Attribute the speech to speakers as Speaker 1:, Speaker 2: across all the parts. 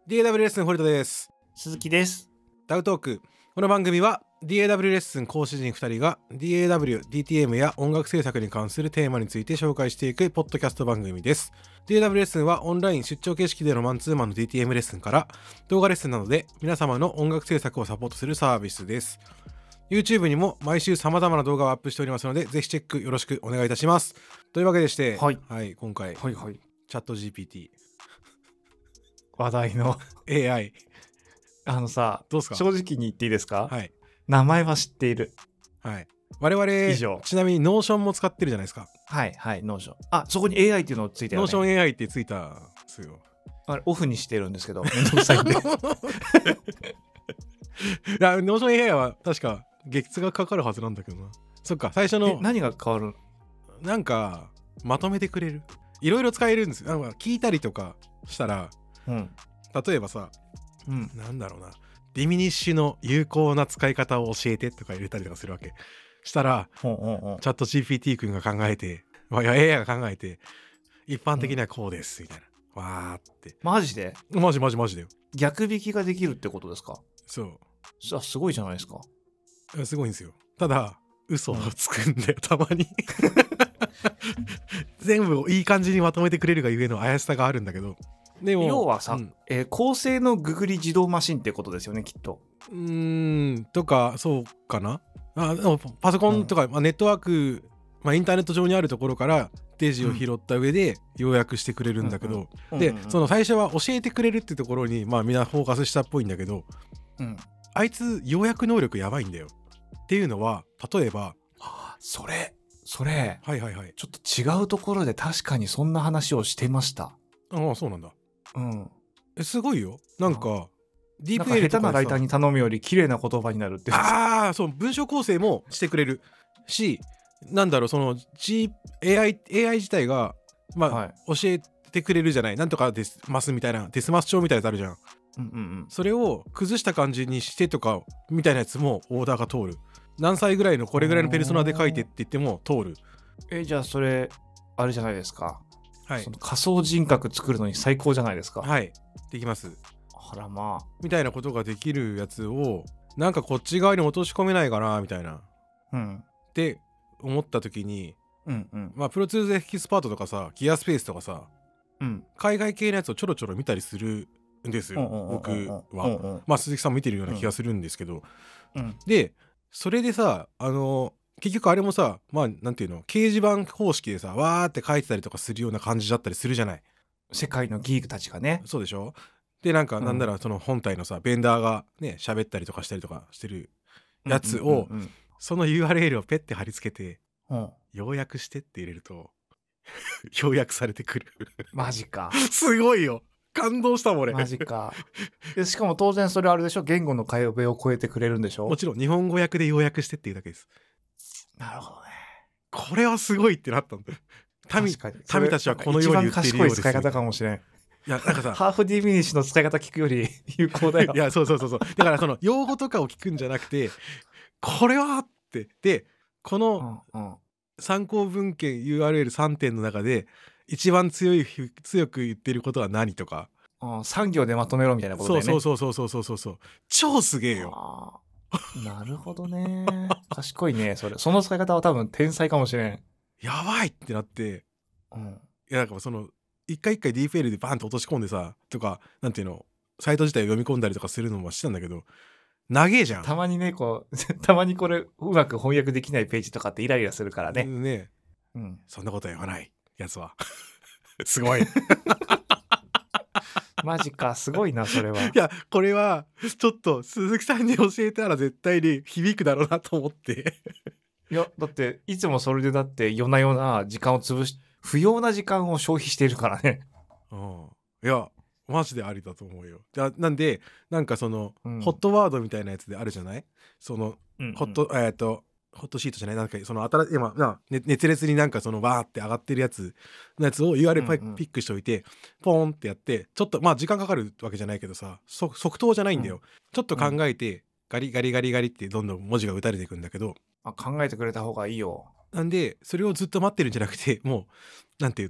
Speaker 1: DAW レッスン堀田です。
Speaker 2: 鈴木です。
Speaker 1: ダウトーク。この番組は DAW レッスン講師陣2人が DAW、DTM や音楽制作に関するテーマについて紹介していくポッドキャスト番組です。DAW レッスンはオンライン出張形式でのマンツーマンの DTM レッスンから動画レッスンなどで皆様の音楽制作をサポートするサービスです。YouTube にも毎週様々な動画をアップしておりますので、ぜひチェックよろしくお願いいたします。というわけでして、
Speaker 2: はい、
Speaker 1: 今回、
Speaker 2: はいはい、
Speaker 1: チャット GPT
Speaker 2: 話題の
Speaker 1: AI
Speaker 2: さ、
Speaker 1: どうですか？
Speaker 2: 正直に言っていいですか？
Speaker 1: はい。
Speaker 2: 名前は知っている。
Speaker 1: はい。我々、ちなみに Notion も使ってるじゃないですか。
Speaker 2: はいはい、Notion。あ、そこに AI っていうのついてるね。
Speaker 1: Notion AI ってついたんですよ。
Speaker 2: あれオフにしてるんですけど、めんどくさいんで。い
Speaker 1: や、Notion AI は確か月額かかるはずなんだけどな。そっか、最初の
Speaker 2: 何が変わる？
Speaker 1: なんかまとめてくれる。いろいろ使えるんですよ。なんか聞いたりとかしたら、例えばさ、なんだろうな、ディミニッシュの有効な使い方を教えてとか入れたりとかするわけ。したら、チャット GPT 君が考えて、いや AI が考えて、一般的にはこうですみたいな。わーって。
Speaker 2: マジで？
Speaker 1: マジだよ。
Speaker 2: 逆引きができるってことですか？
Speaker 1: そう。
Speaker 2: あ、すごいじゃないですか。
Speaker 1: すごいんですよ。ただ嘘をつくんだよ、たまに。全部をいい感じにまとめてくれるがゆえの怪しさがあるんだけど、でも
Speaker 2: 要はさ、高性能ググり自動マシンってことですよね、きっと。
Speaker 1: とか、そうかな。パソコンとか、ネットワーク、インターネット上にあるところからデジを拾った上で要約してくれるんだけど、で、その最初は教えてくれるってところにみんなフォーカスしたっぽいんだけど、あいつ要約能力やばいんだよ。っていうのは、例えば、
Speaker 2: それ、
Speaker 1: はい
Speaker 2: ちょっと違うところで確かにそんな話をしてました。
Speaker 1: ああ、そうなんだ。すごいよ。なんか
Speaker 2: ディープ AI とか下手なライターに頼むより綺麗な言葉になるって。
Speaker 1: そう、文章構成もしてくれるし、なんだろう、その AI 自体が教えてくれるじゃない。なんとかですますみたいな、デスマス帳みたいなやつあるじゃん。それを崩した感じにしてとかみたいなやつもオーダーが通る。何歳ぐらいのこれぐらいのペルソナで書いてって言っても通る。
Speaker 2: じゃあそれあれじゃないですか。
Speaker 1: はい。
Speaker 2: その仮想人格作るのに最高じゃないですか。
Speaker 1: はい。できます。
Speaker 2: あらまあ。
Speaker 1: みたいなことができるやつをなんかこっち側に落とし込めないかなみたいな。って思った時に、プロツールエキスパートとかさ、ギアスペースとかさ、海外系のやつをちょろちょろ見たりするんですよ、僕は。鈴木さんも見てるような気がするんですけど、でそれでさ、結局あれもさ、なんていうの、掲示板方式でさ、わーって書いてたりとかするような感じだったりするじゃない。
Speaker 2: 世界のギークたちがね。
Speaker 1: そうでしょ。でなんかなんならその本体のさ、ベンダーがね喋ったりとかしたりとかしてるやつを、その URL をペッて貼り付けて、要約してって入れると要約されてくる。
Speaker 2: マジか。
Speaker 1: すごいよ。感動したもん俺。
Speaker 2: マジか。でしかも当然それあれでしょ、言語の壁を越えてくれるんでしょ。
Speaker 1: もちろん日本語訳で要約してっていうだけです。
Speaker 2: なるほどね。
Speaker 1: これはすごいってなったんだ。民たちはこのように言っているようです。
Speaker 2: 一番賢い使い方かもしれん。
Speaker 1: いやなんかさ、
Speaker 2: ハーフディミニッシュの使い方聞くより有効だよ。
Speaker 1: いやそうだからその用語とかを聞くんじゃなくて、これはってで、この参考文献 URL3 点の中で一番強く言ってることは何とか、
Speaker 2: 3行でまとめろみたいなことだよね。
Speaker 1: そう超すげえよ。
Speaker 2: なるほどね。賢いね。その使い方は多分天才かもしれん。
Speaker 1: やばいってなって、いやなんかその一回 DeepL でバーンと落とし込んでさとか、なんていうの、サイト自体を読み込んだりとかするのもしてたんだけど、長えじゃん。
Speaker 2: たまにね、たまにこれうまく翻訳できないページとかってイライラするからね。
Speaker 1: そんなことは言わないやつはすごい。
Speaker 2: マジか、すごいなそれは。い
Speaker 1: やこれはちょっと鈴木さんに教えたら絶対に響くだろうなと思って。
Speaker 2: いやだっていつもそれでだって夜な夜な時間を潰し、不要な時間を消費しているからね。
Speaker 1: いやマジでありだと思うよ。なんでなんかその、ホットワードみたいなやつであるじゃない。その、ホットシートじゃない、なんかその今熱烈になんかそのバーって上がってるやつを URL ピックしておいて、ポーンってやって、ちょっと時間かかるわけじゃないけどさ、即答じゃないんだよ。ちょっと考えて、ガリガリガリガリってどんどん文字が打たれていくんだけど、
Speaker 2: 考えてくれた方がいいよ。
Speaker 1: なんでそれをずっと待ってるんじゃなくて、もうなんていうの、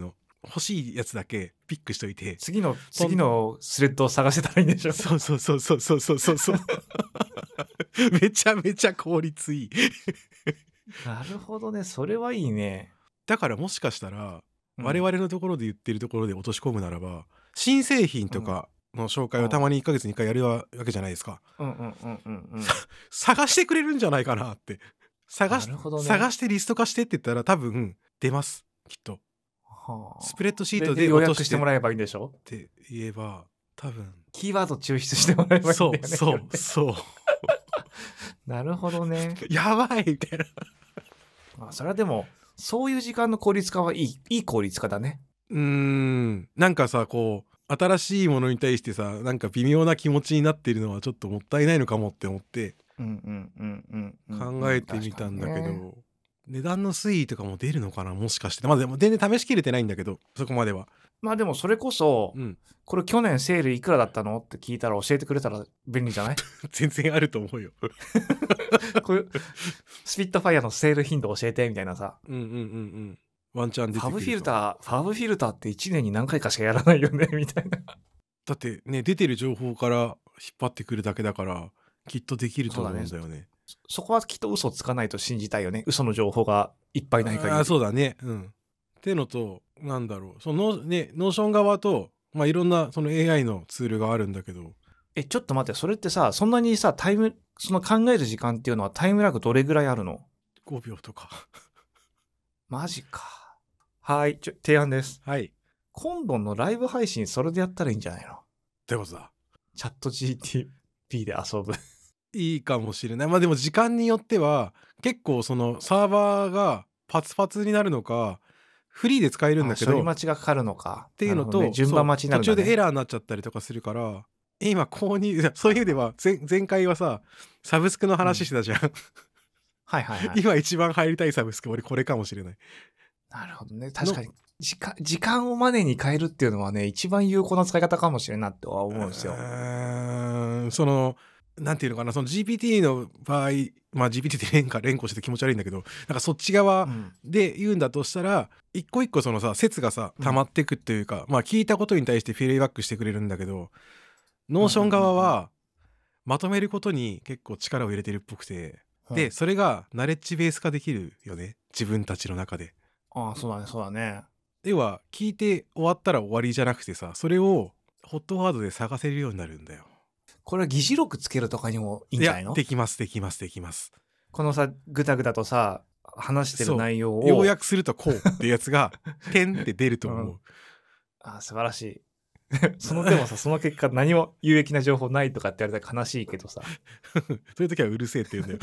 Speaker 1: 欲しいやつだけピックしといて、
Speaker 2: 次のスレッドを探してたらいいんでしょ。
Speaker 1: そうそうそうそうそうそうそうそうめちゃめちゃ効率いい
Speaker 2: なるほどね、それはいいね。
Speaker 1: だからもしかしたら、我々のところで言ってるところで落とし込むならば、新製品とかの紹介をたまに1ヶ月に1回やるわけじゃないですか。探してくれるんじゃないかなって。探してリスト化してって言ったら多分出ます、きっと。スプレッドシートで
Speaker 2: 予約してもらえばいいんでしょ
Speaker 1: って言えば多分
Speaker 2: キーワード抽出してもらえばいいんだよね。
Speaker 1: そう
Speaker 2: なるほどね。
Speaker 1: やばいみたい
Speaker 2: な。それはでもそういう時間の効率化はいい効率化だね。
Speaker 1: なんかさ、こう新しいものに対してさ、なんか微妙な気持ちになっているのはちょっともったいないのかもって思って考えてみたんだけど、値段の推移とかも出るのかな、もしかして。まあでも全然試しきれてないんだけど、そこまでは。
Speaker 2: まあでもそれこそ、これ去年セールいくらだったのって聞いたら教えてくれたら便利じゃない
Speaker 1: 全然あると思うよ
Speaker 2: こういうスピットファイアのセール頻度教えてみたいなさ。
Speaker 1: ワンチャン出てくる。ファブフ
Speaker 2: ィルターって1年に何回かしかやらないよねみたいな。
Speaker 1: だってね、出てる情報から引っ張ってくるだけだからきっとできると思うんだよね。
Speaker 2: そこはきっと嘘つかないと信じたいよね。嘘の情報がいっぱいない限り。
Speaker 1: そうだね。ってのと、なんだろう、そのね、ノーション側と、まあいろんなその AI のツールがあるんだけど。
Speaker 2: ちょっと待って、それってさ、そんなにさ、その考える時間っていうのはタイムラグどれぐらいあるの？
Speaker 1: 5 秒とか。マ
Speaker 2: ジか。はい、提案です。
Speaker 1: はい。
Speaker 2: 今度のライブ配信それでやったらいいんじゃないの？
Speaker 1: ってことだ。
Speaker 2: チャット GTP で遊ぶ。
Speaker 1: いいかもしれない。まあでも時間によっては結構そのサーバーがパツパツになるのか、フリーで使えるんだけど、
Speaker 2: 処理待ちがかかるのか
Speaker 1: っていうのと、
Speaker 2: 順番待ちになるんだね。
Speaker 1: 途中でエラーになっちゃったりとかするから、今購入、そういう意味では前回はさ、サブスクの話してたじゃん。
Speaker 2: はいはいはい。
Speaker 1: 今一番入りたいサブスク、俺これかもしれない。
Speaker 2: なるほどね。確かに時間をマネーに変えるっていうのはね、一番有効な使い方かもしれんなっては思うんですよ。
Speaker 1: そのなんていうのかな、その GPT の場合、まあ GPT って連呼して気持ち悪いんだけど、なんかそっち側で言うんだとしたら、一個一個そのさ、説がさ溜まってくっていうか、まあ聞いたことに対してフィードバックしてくれるんだけど、ノーション側はまとめることに結構力を入れてるっぽくて、でそれがナレッジベース化できるよね、自分たちの中で。
Speaker 2: ああ、そうだねそうだね。
Speaker 1: 要は聞いて終わったら終わりじゃなくてさ、それをホットワードで探せるようになるんだよ。
Speaker 2: これは議事録つけるとかにもいいんじゃないの？
Speaker 1: できますできますできます。
Speaker 2: このさ、ぐだぐだとさ話してる内容を
Speaker 1: 要約するとこうっていうやつがペンって出ると思う。
Speaker 2: あ、素晴らしい。でもさ、その結果何も有益な情報ないとかって言われたら悲しいけどさ
Speaker 1: そういう時はうるせえって言うんだよ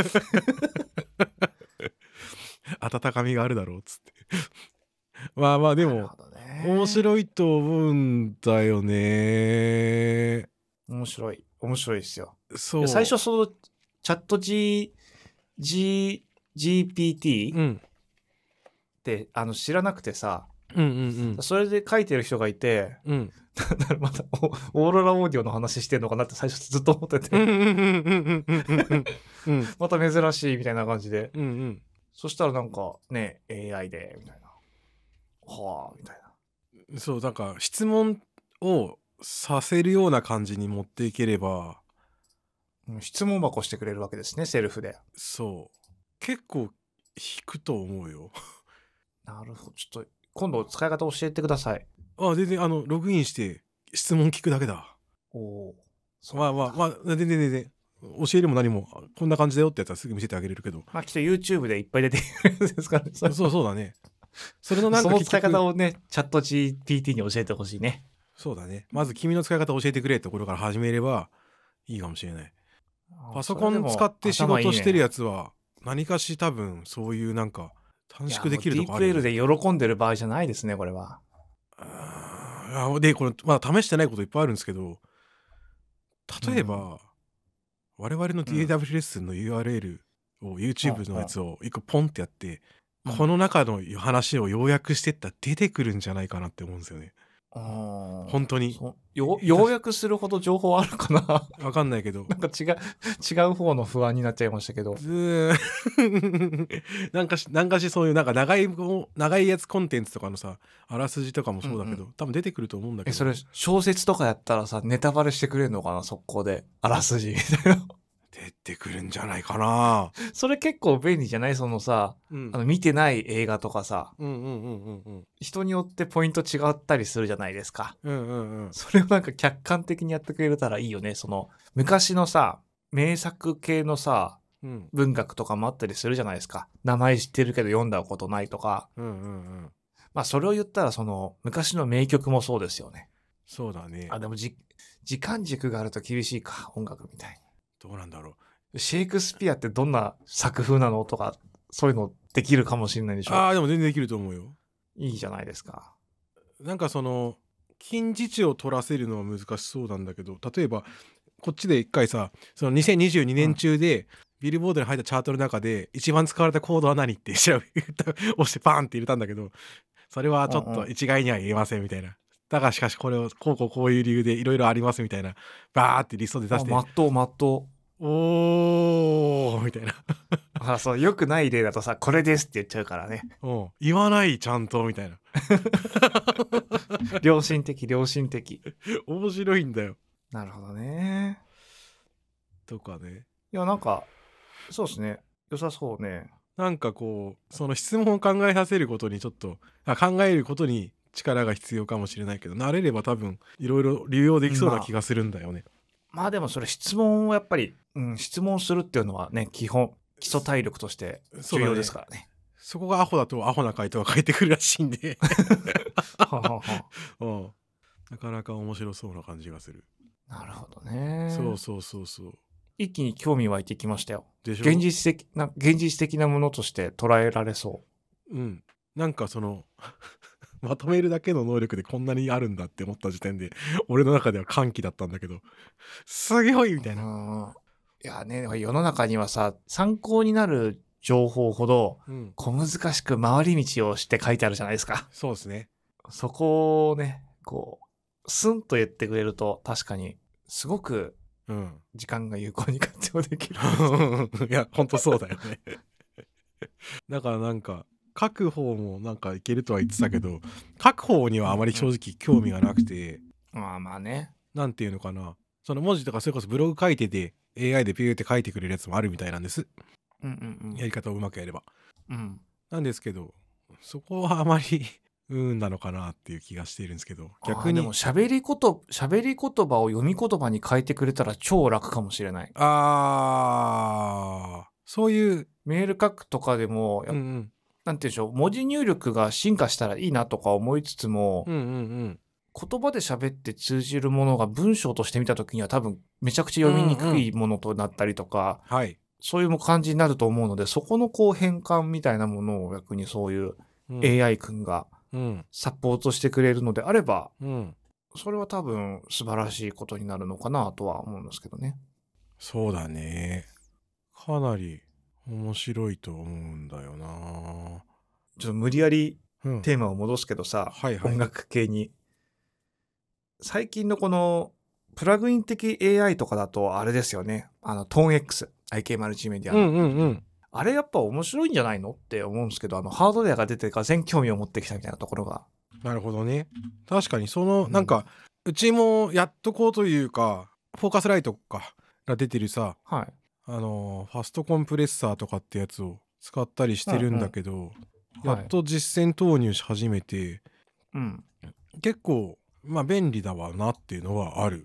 Speaker 1: 温かみがあるだろうっつってまあまあでも面白いと思うんだよね。
Speaker 2: 面白いですよ。
Speaker 1: そう、
Speaker 2: 最初そのチャット GPT って知らなくてさ、それで書いてる人がいて、またオーロラオーディオの話してんのかなって最初ずっと思っててまた珍しいみたいな感じで、そしたらなんかね AI でみたいな、はあみたい
Speaker 1: な。そう、なんか質問をさせるような感じに持っていければ、
Speaker 2: 質問箱してくれるわけですね、セルフで。
Speaker 1: そう結構引くと思うよ
Speaker 2: なるほど。ちょっと今度使い方教えてください。
Speaker 1: あ、全然ログインして質問聞くだけだ。まあ全然教えるも何もこんな感じだよってやつはすぐ見せてあげれるけど、
Speaker 2: まあきっと YouTube でいっぱい出てくるんですからね。
Speaker 1: そうだね。それのなんか
Speaker 2: その使い方をね、チャット GPT に教えてほしいね。
Speaker 1: そうだね。まず君の使い方を教えてくれってところから始めればいいかもしれない。パソコン使って仕事してるやつは何かし多分そういうなんか短縮できるとこある、ね。
Speaker 2: ディープ L で喜んでる場合じゃないですね、これは。
Speaker 1: でこれまだ試してないこといっぱいあるんですけど、例えば、我々の DAW レッスンの URL を YouTube のやつを一個ポンってやって、この中の話を要約してったら出てくるんじゃないかなって思うんですよね。 本当に
Speaker 2: 要約するほど情報あるかな
Speaker 1: わかんないけど
Speaker 2: なんか違う方の不安になっちゃいましたけど
Speaker 1: なんかしそういうなんか長いやつコンテンツとかのさあらすじとかもそうだけど、多分出てくると思うんだけど。
Speaker 2: それ小説とかやったらさネタバレしてくれるのかな速攻であらすじみたいな
Speaker 1: 出てくるんじゃないかな。
Speaker 2: それ結構便利じゃない？そのさ、見てない映画とかさ、人によってポイント違ったりするじゃないですか。それをなんか客観的にやってくれたらいいよね。その昔のさ名作系のさ、文学とかもあったりするじゃないですか。名前知ってるけど読んだことないとか。まあそれを言ったらその昔の名曲もそうですよね。
Speaker 1: そうだね。
Speaker 2: でも時間軸があると厳しいか、音楽みたいに。
Speaker 1: どうなんだろ
Speaker 2: う。シェイクスピアってどんな作風なのとか、そういうのできるかもしれないでしょ。
Speaker 1: でも全然できると思うよ。
Speaker 2: いいじゃないですか。
Speaker 1: なんかその近似値を取らせるのは難しそうなんだけど、例えばこっちで一回さ、その2022年中で、ビルボードに入ったチャートの中で一番使われたコードは何って押してパーンって入れたんだけど、それはちょっと一概には言えませんみたいな。だがしかしこれをこういう理由でいろいろありますみたいな、バーってリストで出して、
Speaker 2: まっとう
Speaker 1: おーみたいな
Speaker 2: そうよくない例だとさこれですって言っちゃうからね。
Speaker 1: 言わないちゃんとみたいな
Speaker 2: 良心的面
Speaker 1: 白いんだよ。
Speaker 2: なるほどね。
Speaker 1: とかね。
Speaker 2: いやなんかそうですね、良さそうね。
Speaker 1: なんかこうその質問を考えさせることにちょっと考えることに力が必要かもしれないけど、慣れれば多分いろいろ流用できそうな気がするんだよね。
Speaker 2: まあでもそれ質問をやっぱり、質問するっていうのはね基礎体力として重要ですからね。
Speaker 1: そこがアホだとアホな回答が返ってくるらしいんでなかなか面白そうな感じがする。
Speaker 2: なるほどね。
Speaker 1: そう
Speaker 2: 一気に興味湧いてきましたよ。
Speaker 1: でしょ。
Speaker 2: 現実的なものとして捉えられそう。
Speaker 1: なんかそのまとめるだけの能力でこんなにあるんだって思った時点で俺の中では歓喜だったんだけど、すげえみたいな。
Speaker 2: いやね、世の中にはさ参考になる情報ほど小難しく回り道をして書いてあるじゃないですか。
Speaker 1: そうですね。
Speaker 2: そこをねこうスンと言ってくれると確かにすごく時間が有効に活用できる
Speaker 1: いやほんとそうだよねだからなんか書く方もなんかいけるとは言ってたけど、書く方にはあまり正直興味がなくて、
Speaker 2: まあね、
Speaker 1: なんていうのかな、その文字とかそれこそブログ書いてて AI でピューって書いてくれるやつもあるみたいなんです。やり方をうまくやれば。なんですけどそこはあまりなのかなっていう気がしているんですけど、逆に
Speaker 2: でも喋り言葉を読み言葉に変えてくれたら超楽かもしれない。
Speaker 1: そういう
Speaker 2: メール書くとかでもなんて言うんでしょう、文字入力が進化したらいいなとか思いつつも、言葉で喋って通じるものが文章として見た時には多分めちゃくちゃ読みにくいものとなったりとか、そういう感じになると思うので、そこのこう変換みたいなものを逆にそういう AI 君がサポートしてくれるのであれば、それは多分素晴らしいことになるのかなとは思うんですけどね。
Speaker 1: そうだね。かなり面白いと思うんだよな。
Speaker 2: ちょっと無理やりテーマを戻すけどさ、音楽系に。最近のこのプラグイン的 AI とかだとあれですよね。トーン X、IK マルチメディアの。あれやっぱ面白いんじゃないのって思うんですけど、ハードウェアが出てから全興味を持ってきたみたいなところが。
Speaker 1: なるほどね。確かにその、なんかうちもやっとこうというか、フォーカスライトかが出てるさ、ファストコンプレッサーとかってやつを使ったりしてるんだけど、やっと実践投入し始めて、結構便利だわなっていうのはある。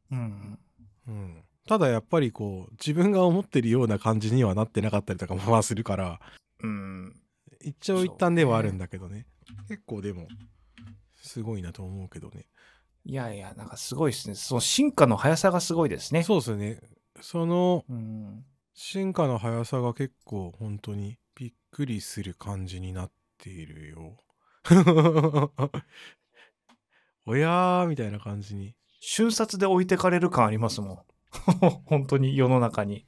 Speaker 1: ただやっぱりこう自分が思ってるような感じにはなってなかったりとかもするから、一長一短ではあるんだけどね。結構でもすごいなと思うけどね。
Speaker 2: いやいや、なんかすごいですね。その進化の速さがすごいですね。
Speaker 1: そうですね。その進化の速さが結構本当にびっくりする感じになっているよ。おやーみたいな感じに。
Speaker 2: 瞬殺で置いてかれる感ありますもん。本当に世の中に。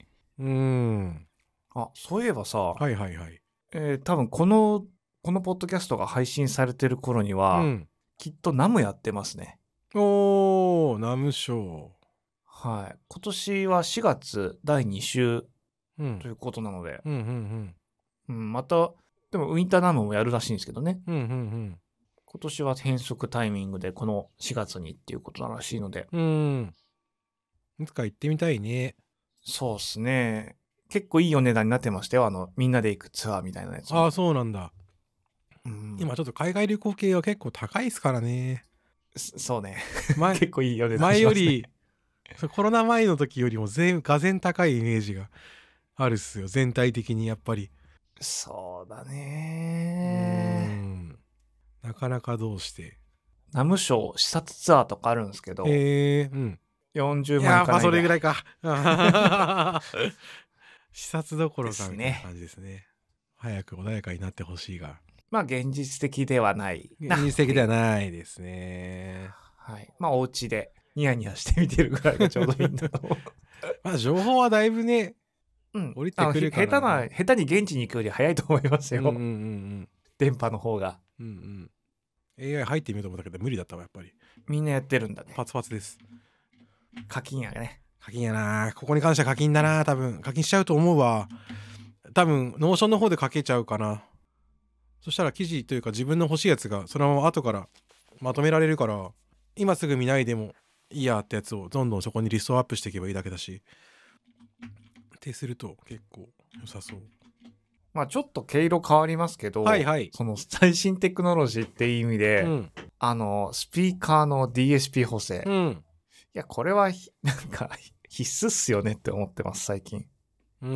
Speaker 2: そういえばさ、多分このポッドキャストが配信されてる頃には、 きっとナムやってますね。
Speaker 1: おー、ナムショー。
Speaker 2: はい。今年は4月第2週
Speaker 1: うん
Speaker 2: ということなので、
Speaker 1: うんうん
Speaker 2: また、でもウィンターナムもやるらしいんですけどね。
Speaker 1: うんうんうん
Speaker 2: 今年は変則タイミングでこの4月にっていうことならしいので。
Speaker 1: いつか行ってみたいね。
Speaker 2: そうっすね。結構いいお値段になってましたよ。みんなで行くツアーみたいなやつも。
Speaker 1: ああ、そうなんだ。今ちょっと海外旅行系は結構高いっすからね。
Speaker 2: そうね。
Speaker 1: 前
Speaker 2: 結構いいお値段しますね。
Speaker 1: 前より、コロナ前の時よりもがぜん高いイメージがあるっすよ。全体的にやっぱり。
Speaker 2: そうだね。
Speaker 1: なかなかどうして。
Speaker 2: ナム省視察ツアーとかあるんですけど、
Speaker 1: 40万いやー、それぐらいか。視察どころかみたいな感じですね。早く穏やかになってほしいが。
Speaker 2: まあ現実的ではない。
Speaker 1: 現実的ではないですね。
Speaker 2: はい。まあお家でニヤニヤして見てるぐらいがちょうどいいんだと思う。
Speaker 1: まあ情報はだいぶね、降りてくるから、
Speaker 2: 下手に現地に行くより早いと思いますよ。電波の方が。
Speaker 1: AI 入ってみようと思ったけど無理だったわ、やっぱり。
Speaker 2: みんなやってるんだね。
Speaker 1: パツパツです。
Speaker 2: 課金やね。
Speaker 1: 課金やな。ここに関しては課金だな。多分課金しちゃうと思うわ。多分ノーションの方で書けちゃうかな。そしたら記事というか自分の欲しいやつがそのまま後からまとめられるから、今すぐ見ないでもいいやってやつをどんどんそこにリストアップしていけばいいだけだし。ってすると結構良さそう。
Speaker 2: まあちょっと毛色変わりますけど、その最新テクノロジーっていう意味で、スピーカーの DSP 補正。いや、これはなんか必須っすよねって思ってます、最近。
Speaker 1: ま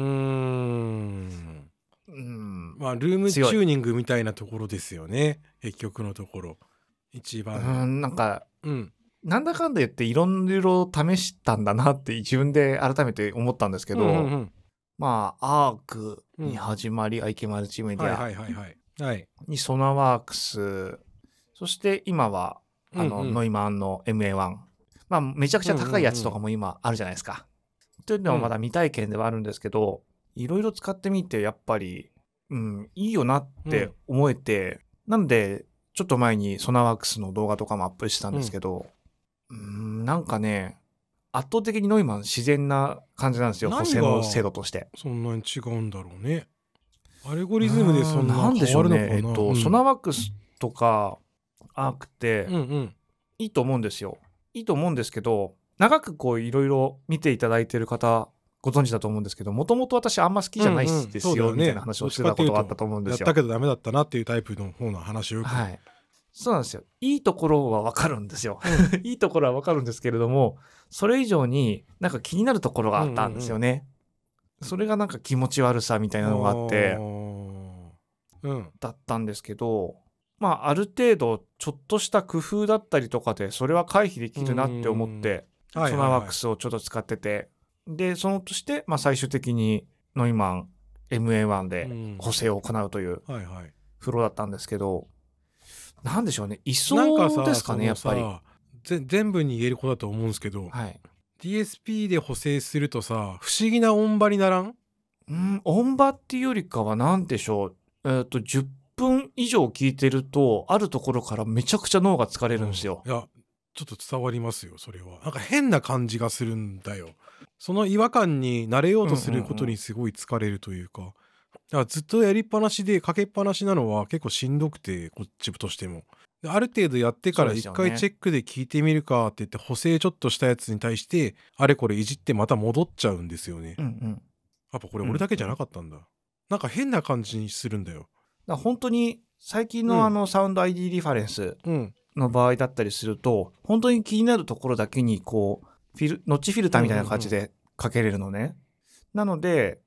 Speaker 1: あルームチューニングみたいなところですよね、結局のところ。一番。
Speaker 2: なんか、なんだかんだ言っていろいろ試したんだなって自分で改めて思ったんですけど、まあ、アークに始まり、IK マルチメディアにソナワークス、そして今はノイマンの MA1。まあ、めちゃくちゃ高いやつとかも今あるじゃないですか。というのはまだ未体験ではあるんですけど、いろいろ使ってみてやっぱり、いいよなって思えて、なんでちょっと前にソナワークスの動画とかもアップしたんですけど、なんかね、圧倒的にノイマン自然な感じなんですよ、補正の精度として。
Speaker 1: そんなに違うんだろうね。アルゴリズムでそんな変わるのかな。
Speaker 2: ソナワークスとかアークっていいと思うんですよ。いいと思うんですけど、長くこういろいろ見ていただいてる方ご存知だと思うんですけど、もともと私あんま好きじゃないですよみたいな話をしてたことがあったと思うんですよ。
Speaker 1: やったけどダメだったなっていうタイプの方の話をよく。
Speaker 2: そうなんですよ。いいところはわかるんですよ。いいところはわかるんですけれども、それ以上になんか気になるところがあったんですよね。それがなんか気持ち悪さみたいなのがあって、だったんですけど、まあある程度ちょっとした工夫だったりとかでそれは回避できるなって思ってソナワークスをちょっと使ってて、でそのとしてまあ最終的にノイマン MA1 で補正を行うというフローだったんですけど、なんでしょうね、いそうですかね、やっぱり。
Speaker 1: 全部に言えることだと思うんですけど、DSP で補正するとさ、不思議な音場にならん？
Speaker 2: 音場っていうよりかは何でしょう、10分以上聞いてるとあるところからめちゃくちゃ脳が疲れるんですよ。
Speaker 1: いやちょっと伝わりますよ、それは。なんか変な感じがするんだよ。その違和感に慣れようとすることにすごい疲れるというか、だからずっとやりっぱなしでかけっぱなしなのは結構しんどくて、こっちとしても。ある程度やってから一回チェックで聞いてみるかって言って補正ちょっとしたやつに対してあれこれいじってまた戻っちゃうんですよね。やっぱこれ俺だけじゃなかったんだ。なんか変な感じにするんだよ。
Speaker 2: だ本当に最近のサウンド ID リファレンスの場合だったりすると、本当に気になるところだけにこうノッチフィルターみたいな感じでかけれるのね。なので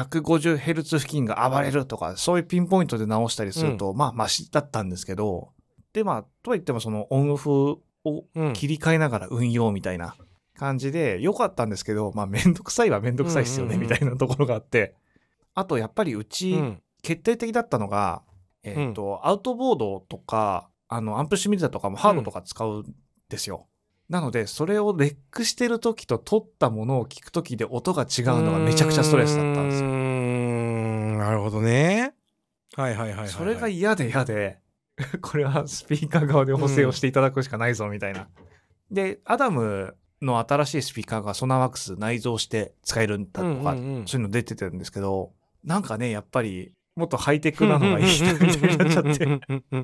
Speaker 2: 150Hz 付近が暴れるとかそういうピンポイントで直したりすると、まあマシだったんですけど、でまあとはいってもそのオンオフを切り替えながら運用みたいな感じで良かったんですけど、まあめんどくさいはめんどくさいっすよねみたいなところがあって、あとやっぱりうち決定的だったのが、アウトボードとかアンプシミュレーターとかもハードとか使うんですよ。なのでそれをレックしてる時と撮ったものを聞く時で音が違うのがめちゃくちゃストレスだったんですよ。
Speaker 1: なるほどね。はい。
Speaker 2: それが嫌でこれはスピーカー側で補正をしていただくしかないぞみたいな。で、アダムの新しいスピーカーがソナーワックス内蔵して使えるんだとか、そういうの出ててるんですけど、なんかね、やっぱりもっとハイテクなのがいいみたいになっちゃって。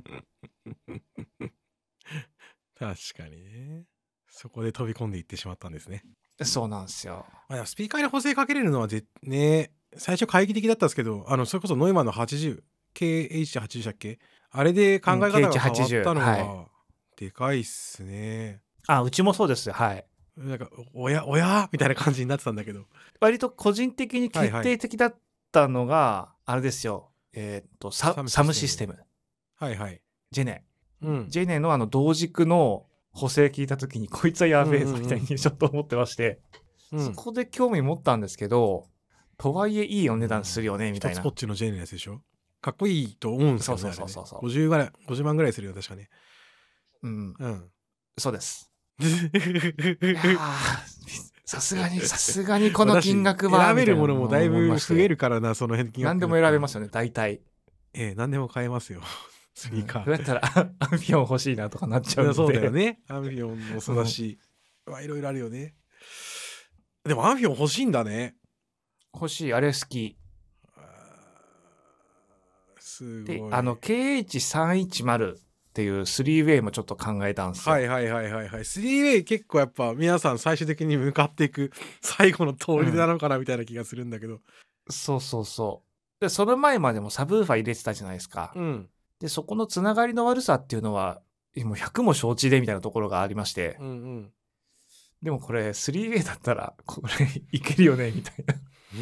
Speaker 1: 確かにね。そこで飛び込んでいってしまったんですね。
Speaker 2: そうなんですよ。
Speaker 1: スピーカーに補正かけれるのはね、最初懐疑的だったんですけど、それこそノイマンの80、KH80 でしたっけ？あれで考え方が変わったのが、でかいっすね。
Speaker 2: うちもそうですよ。はい。
Speaker 1: なんか、おやみたいな感じになってたんだけど。
Speaker 2: 割と個人的に決定的だったのが、あれですよ。サムシステム。
Speaker 1: はいはい。
Speaker 2: ジェネ。ジェネの同軸の補正聞いたときに、こいつはやべえぞみたいにちょっと思ってまして、そこで興味持ったんですけど、とはいえいいお値段するよねみたいな。
Speaker 1: スコッチのジェネのやつでしょ？かっこいいと思うんですよね。そう50万ぐらいするよ、確かね。
Speaker 2: そうです。さすがにこの金額は
Speaker 1: 選べるものもだいぶ増えるからな、その辺金額。
Speaker 2: 何でも選べますよね、大体。
Speaker 1: 何でも買えますよ。スピーカー。
Speaker 2: どうやったらアンフィオン欲しいなとかなっちゃうんで。
Speaker 1: そうだよね。アンフィオンもそうだし、いろいろあるよね。でもアンフィオン欲しいんだね。
Speaker 2: 欲しい、あれ好き。
Speaker 1: すごい。
Speaker 2: で、KH310っていう 3way もちょっと考えたんですよ。
Speaker 1: はい。3way 結構やっぱ皆さん最終的に向かっていく最後の通りなのかなみたいな気がするんだけど。
Speaker 2: そう。で、その前までもサブウーファー入れてたじゃないですか。で、そこのつながりの悪さっていうのは、もう100も承知でみたいなところがありまして。でもこれ 3way だったら、これいけるよねみたいな。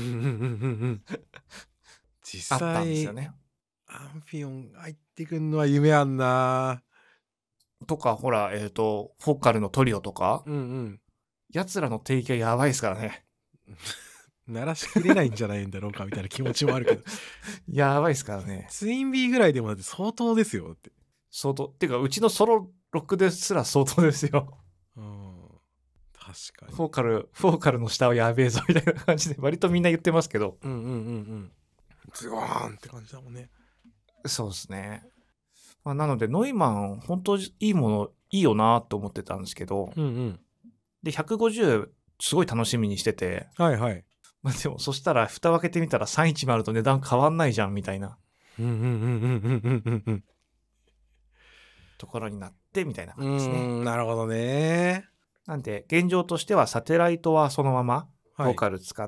Speaker 1: 実際
Speaker 2: あったんですよね。
Speaker 1: アンフィオン入ってくんのは夢あんな
Speaker 2: とか、ほら、フォーカルのトリオとか、奴らの提携やばいですからね。
Speaker 1: 鳴らしきれないんじゃないんだろうかみたいな気持ちもあるけど。
Speaker 2: やばいですからね。
Speaker 1: ツインビーぐらいでもだって相当ですよって。
Speaker 2: 相当。っていうか、うちのソロロックですら相当ですよ。
Speaker 1: 確かに。
Speaker 2: フォーカルの下はやべえぞみたいな感じで、割とみんな言ってますけど。
Speaker 1: ズワーンって感じだもんね。
Speaker 2: そうですね。なので、ノイマン、本当いいもの、いいよなと思ってたんですけど、で、150、すごい楽しみにしてて、でも、そしたら、蓋を開けてみたら310と値段変わんないじゃん、みたいな。ところになって、みたいな感じですね。
Speaker 1: なるほどね。
Speaker 2: なんで、現状としては、サテライトはそのまま、ボーカル使って、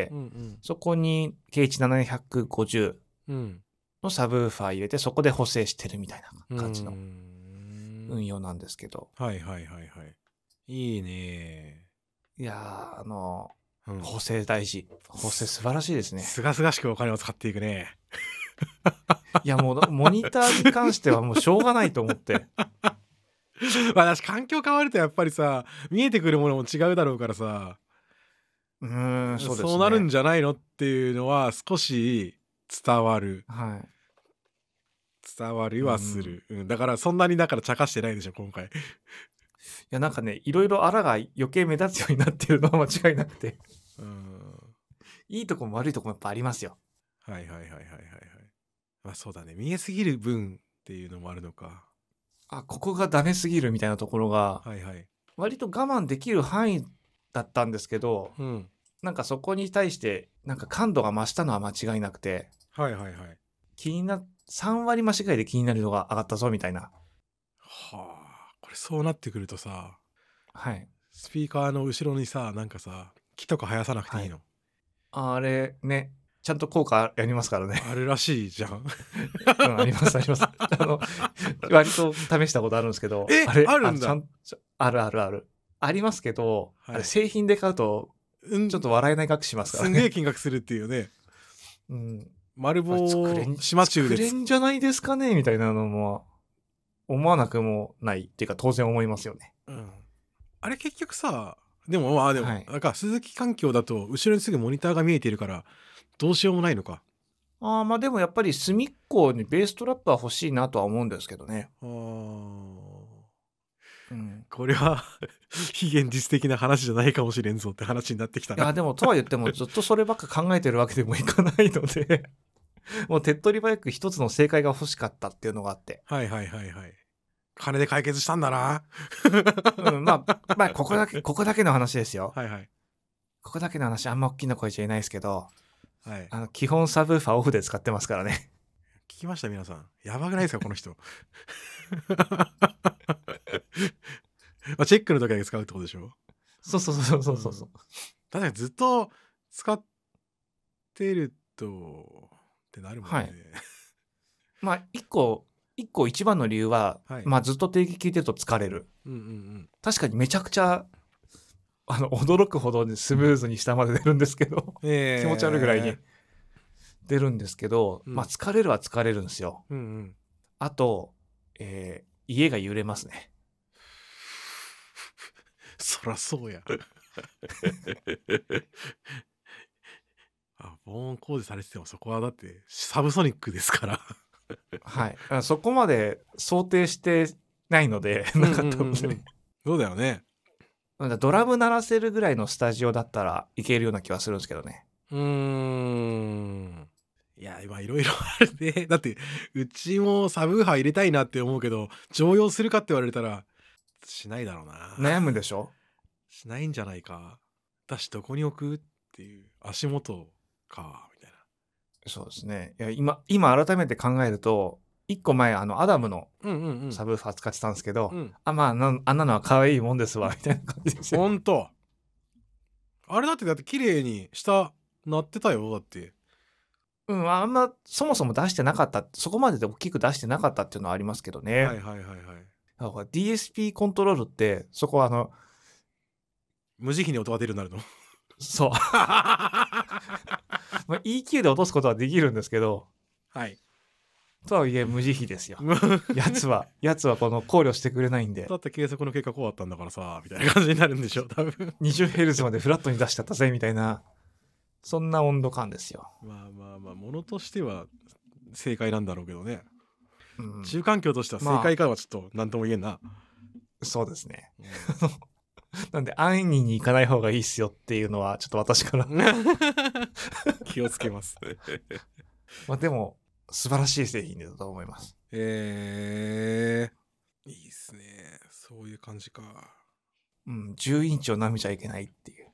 Speaker 2: そこに KH750 のサブウーファー入れて、そこで補正してるみたいな感じの運用なんですけど。
Speaker 1: いいね。
Speaker 2: いやー、補正大事。補正素晴らしいですね。
Speaker 1: すがすがしくお金を使っていくね。
Speaker 2: いや、もう、モニターに関してはもうしょうがないと思って。
Speaker 1: 私、環境変わるとやっぱりさ、見えてくるものも違うだろうからさ、
Speaker 2: そうですね。
Speaker 1: そうなるんじゃないのっていうのは少し伝わる。伝わりはする。だからそんなに茶化してないでしょ、今回。
Speaker 2: いや、なんかね、いろいろあらが余計目立つようになってるのは間違いなくて。いいとこも悪いとこもやっぱありますよ。
Speaker 1: まあそうだね。見えすぎる分っていうのもあるのか。
Speaker 2: ここがダメすぎるみたいなところが、割と我慢できる範囲だったんですけど、なんかそこに対してなんか感度が増したのは間違いなくて、気にな3割間違いで気になるのが上がったぞみたいな。
Speaker 1: これそうなってくるとさ、スピーカーの後ろにさ、なんかさ、木とか生やさなくていいの？
Speaker 2: あれね、ちゃんと効果やりますからね。
Speaker 1: あるらしいじゃん。
Speaker 2: あります。割と試したことあるんですけど、
Speaker 1: あれあるんだ。
Speaker 2: ある。ありますけど、あれ製品で買うと、ちょっと笑えない額しますからね。
Speaker 1: すんげえ金額するっていうね。丸棒島中で
Speaker 2: 作れんじゃないですかねみたいなのも思わなくもないっていうか当然思いますよね。
Speaker 1: あれ結局さ、でもなんか鈴木環境だと後ろにすぐモニターが見えているからどうしようもないのか。
Speaker 2: まあでもやっぱり隅っこにベーストラップは欲しいなとは思うんですけどね。
Speaker 1: これは非現実的な話じゃないかもしれんぞって話になってきたな。
Speaker 2: いやでもとは言ってもずっとそればっか考えてるわけでもいかないのでもう手っ取り早く一つの正解が欲しかったっていうのがあって。
Speaker 1: はいはいはいはい。金で解決したんだな。
Speaker 2: まあここだけの話ですよ。
Speaker 1: はいはい。
Speaker 2: ここだけの話、あんま大きな声じゃ言えないですけど、
Speaker 1: はい、
Speaker 2: 基本サブウーファーオフで使ってますからね。
Speaker 1: 聞きました皆さん。やばくないですかこの人。まあ、チェックの時だけ使うってことでしょ。
Speaker 2: そう。
Speaker 1: 確かにずっと使ってるとってなるもんね。はい、
Speaker 2: まあ一個一番の理由は、はい、まあずっと定義聞いてると疲れる。確かにめちゃくちゃ驚くほどにスムーズに下まで出るんですけど、気持ち悪いぐらいに出るんですけど、まあ疲れるは疲れるんですよ。あと、家が揺れますね。
Speaker 1: そらそうや。防音工事されててもそこはだってサブソニックですから。
Speaker 2: はい、そこまで想定してないのでなかったので。
Speaker 1: そうだよね。
Speaker 2: ドラム鳴らせるぐらいのスタジオだったらいけるような気はするんですけどね。
Speaker 1: いや今いろいろあるね。だってうちもサブウーハー入れたいなって思うけど常用するかって言われたらしないだろうな。
Speaker 2: 悩むでしょ。
Speaker 1: しないんじゃないか。私どこに置くっていう足元かみたいな。
Speaker 2: そうですね。いや今改めて考えると1個前アダムのサブウーファー使ってたんですけど、まああんなのは可愛いもんですわみたいな感じですよ。
Speaker 1: ほんとあれだって綺麗に下なってたよだって。
Speaker 2: あんまそもそも出してなかった、そこまでで大きく出してなかったっていうのはありますけどね。
Speaker 1: はい。
Speaker 2: だから DSP コントロールってそこは
Speaker 1: 無慈悲に音が出るようになるの。
Speaker 2: そう。まあ EQ で落とすことはできるんですけど、
Speaker 1: はい。
Speaker 2: とはいえ無慈悲ですよ。やつはこの考慮してくれないんで。
Speaker 1: だって計測の結果こうだったんだからさみたいな感じになるんでしょ多分。
Speaker 2: 20Hz までフラットに出しちゃったぜみたいな、そんな温度感ですよ。
Speaker 1: まあものとしては正解なんだろうけどね。中環境としては正解かはちょっと何とも言えんな。
Speaker 2: そうですね。なんで安易に行かない方がいいっすよっていうのはちょっと私から
Speaker 1: 気をつけます。
Speaker 2: まあでも素晴らしい製品だと思います。
Speaker 1: いいっすね。そういう感じか。
Speaker 2: 10インチを舐めちゃいけないっていう。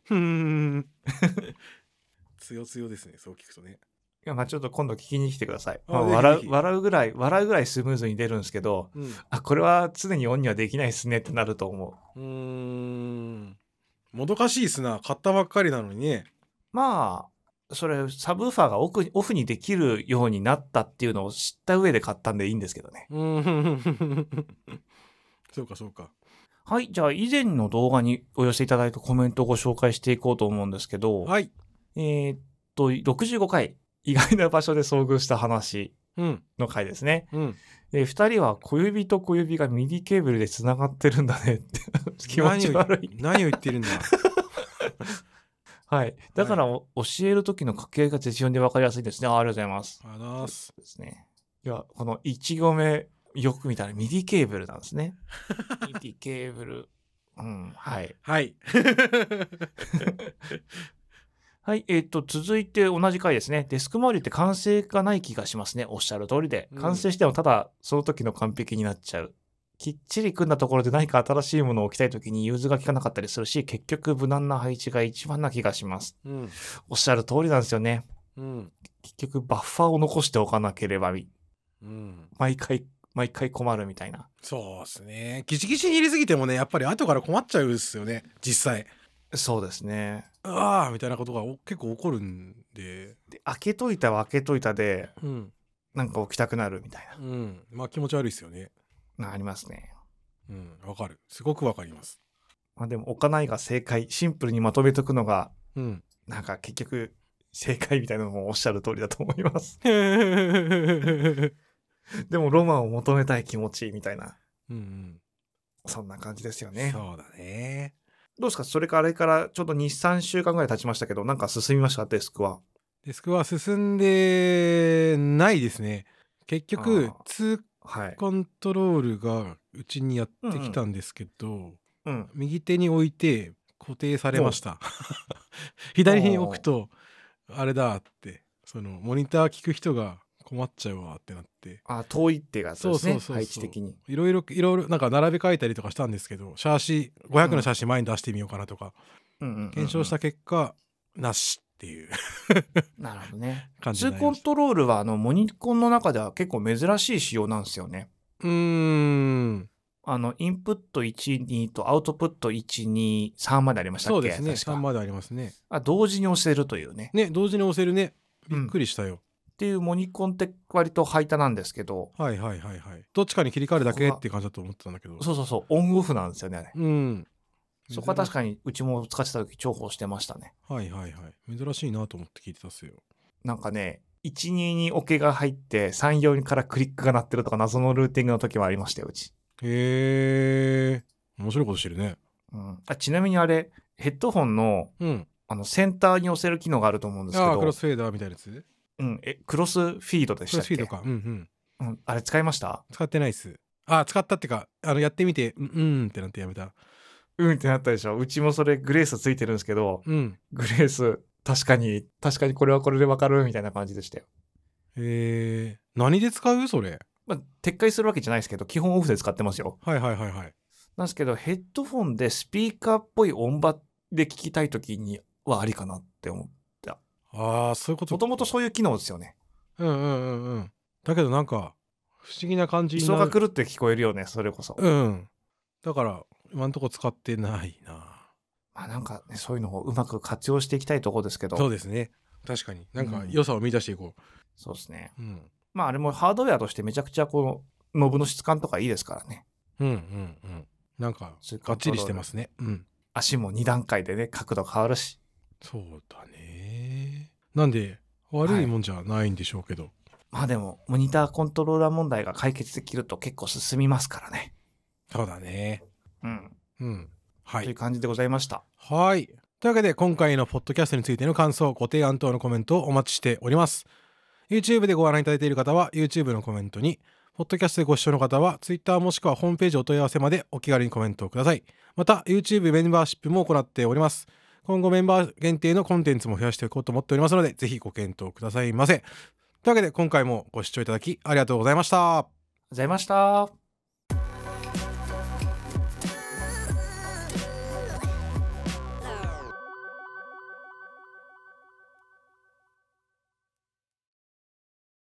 Speaker 1: 強強ですね、そう聞くとね。
Speaker 2: いやまあちょっと今度聞きに来てください。笑うぐらいスムーズに出るんですけど、これは常にオンにはできないっすねってなると思う。
Speaker 1: もどかしいっすな。買ったばっかりなのにね。
Speaker 2: まあそれサブウーファーがオフにできるようになったっていうのを知った上で買ったんでいいんですけどね。
Speaker 1: そうか。
Speaker 2: はい、じゃあ以前の動画にお寄せいただいたコメントをご紹介していこうと思うんですけど、
Speaker 1: はい。
Speaker 2: 65回意外な場所で遭遇した話の回ですね。2人は小指と小指がミディケーブルでつながってるんだねって気持ち悪い。
Speaker 1: 何を言ってるんだ。
Speaker 2: はい。だから、教える時の掛け合いが絶妙で分かりやすいですね。ありがとうございます。
Speaker 1: ありがとうございます。
Speaker 2: ですね。いや、この1行目、よく見たらミディケーブルなんですね。ミディケーブル。はい。
Speaker 1: はい。
Speaker 2: はい。続いて同じ回ですね。デスク周りって完成がない気がしますね。おっしゃる通りで。完成してもただその時の完璧になっちゃう。きっちり組んだところで何か新しいものを置きたいときに融通が効かなかったりするし、結局無難な配置が一番な気がします。おっしゃる通りなんですよね。結局バッファーを残しておかなければ、毎回困るみたいな。
Speaker 1: そうですね。ギチギチに入れすぎてもね、やっぱり後から困っちゃうんですよね、実際。
Speaker 2: そうですね。
Speaker 1: みたいなことが結構起こるんで。
Speaker 2: 開けといたは開けといたで、なんか置きたくなるみたいな。
Speaker 1: まあ気持ち悪いですよね。
Speaker 2: ありますね。
Speaker 1: わかる。すごくわかります。
Speaker 2: まあでも置かないが正解、シンプルにまとめとくのが、なんか結局正解みたいなのもおっしゃる通りだと思います。でもロマンを求めたい気持ちみたいな。そんな感じですよね。
Speaker 1: そうだね。
Speaker 2: どうですか？それからあれからちょっと 2,3 週間ぐらい経ちましたけど、なんか進みました？デスクは。
Speaker 1: デスクは進んでないですね。結局2コントロールがうちにやってきたんですけど、右手に置いて固定されました。左に置くとあれだってそのモニター聞く人が困っちゃうわってなって。
Speaker 2: 遠いってやつですね。配置的に
Speaker 1: いろいろなんか並べ替えたりとかしたんですけど、シャーシ500のシャーシ前に出してみようかなとか、検証した結果なしっていう
Speaker 2: なるほどね。
Speaker 1: 感じにな
Speaker 2: 2コントロールはモニコンの中では結構珍しい仕様なんですよね。インプット1、2とアウトプット1、2、3までありましたっけ？
Speaker 1: そうですね。3までありますね。
Speaker 2: 同時に押せるというね。
Speaker 1: ね、同時に押せるね。びっくりしたよ。
Speaker 2: っていうモニコンって割とハイタなんですけど。
Speaker 1: はい。どっちかに切り替えるだけっていう感じだと思ってたんだけど。
Speaker 2: そう。オンオフなんですよね、あれ。そこは確かにうちも使ってた時重宝してましたね。
Speaker 1: はい。珍しいなと思って聞いてたっすよ。
Speaker 2: なんかね、1、2にオケが入って3、4からクリックが鳴ってるとか謎のルーティングの時もありましたよ、うち。
Speaker 1: へえ、面白いことしてるね。
Speaker 2: ちなみにあれ、ヘッドホンの、センターに押せる機能があると思うんですけど。
Speaker 1: クロスフェーダーみたいなやつ？
Speaker 2: クロスフィードでしたっけ？
Speaker 1: クロスフィードか。
Speaker 2: あれ使いました？
Speaker 1: 使ってないっす。使ったってか、やってみて、ってなってやめた。
Speaker 2: ってなったでしょ。うちもそれグレースついてるんですけど、グレース確かにこれはこれでわかるみたいな感じでしたよ。
Speaker 1: 何で使うそれ？
Speaker 2: 撤回するわけじゃないですけど、基本オフで使ってますよ。
Speaker 1: はい。
Speaker 2: なんですけど、ヘッドフォンでスピーカーっぽい音場で聞きたいときにはありかなって思った。
Speaker 1: そういうこと。
Speaker 2: もともとそういう機能ですよね。
Speaker 1: だけどなんか不思議な感じに
Speaker 2: なる。磯が狂って聞こえるよね、それこそ。
Speaker 1: だから今んとこ使ってないな。
Speaker 2: なんかね、そういうのをうまく活用していきたいところですけど。
Speaker 1: そうですね。確かになんか良さを見出していこう。
Speaker 2: そうですね。あれもハードウェアとしてめちゃくちゃこのノブの質感とかいいですからね。
Speaker 1: なんかがっちりしてますね。
Speaker 2: 足も2段階でね、角度変わるし。
Speaker 1: そうだね。なんで悪いもんじゃないんでしょうけど。
Speaker 2: でもモニターコントローラー問題が解決できると結構進みますからね。
Speaker 1: そうだね。
Speaker 2: はい。という感じでございました。
Speaker 1: はい。というわけで今回のポッドキャストについての感想、ご提案等のコメントをお待ちしております。YouTube でご覧いただいている方は YouTube のコメントに、ポッドキャストでご視聴の方は Twitter もしくはホームページお問い合わせまでお気軽にコメントをください。また YouTube メンバーシップも行っております。今後メンバー限定のコンテンツも増やしていこうと思っておりますので、ぜひご検討くださいませ。というわけで今回もご視聴いただきありがとうございました。
Speaker 2: ありがとうございました。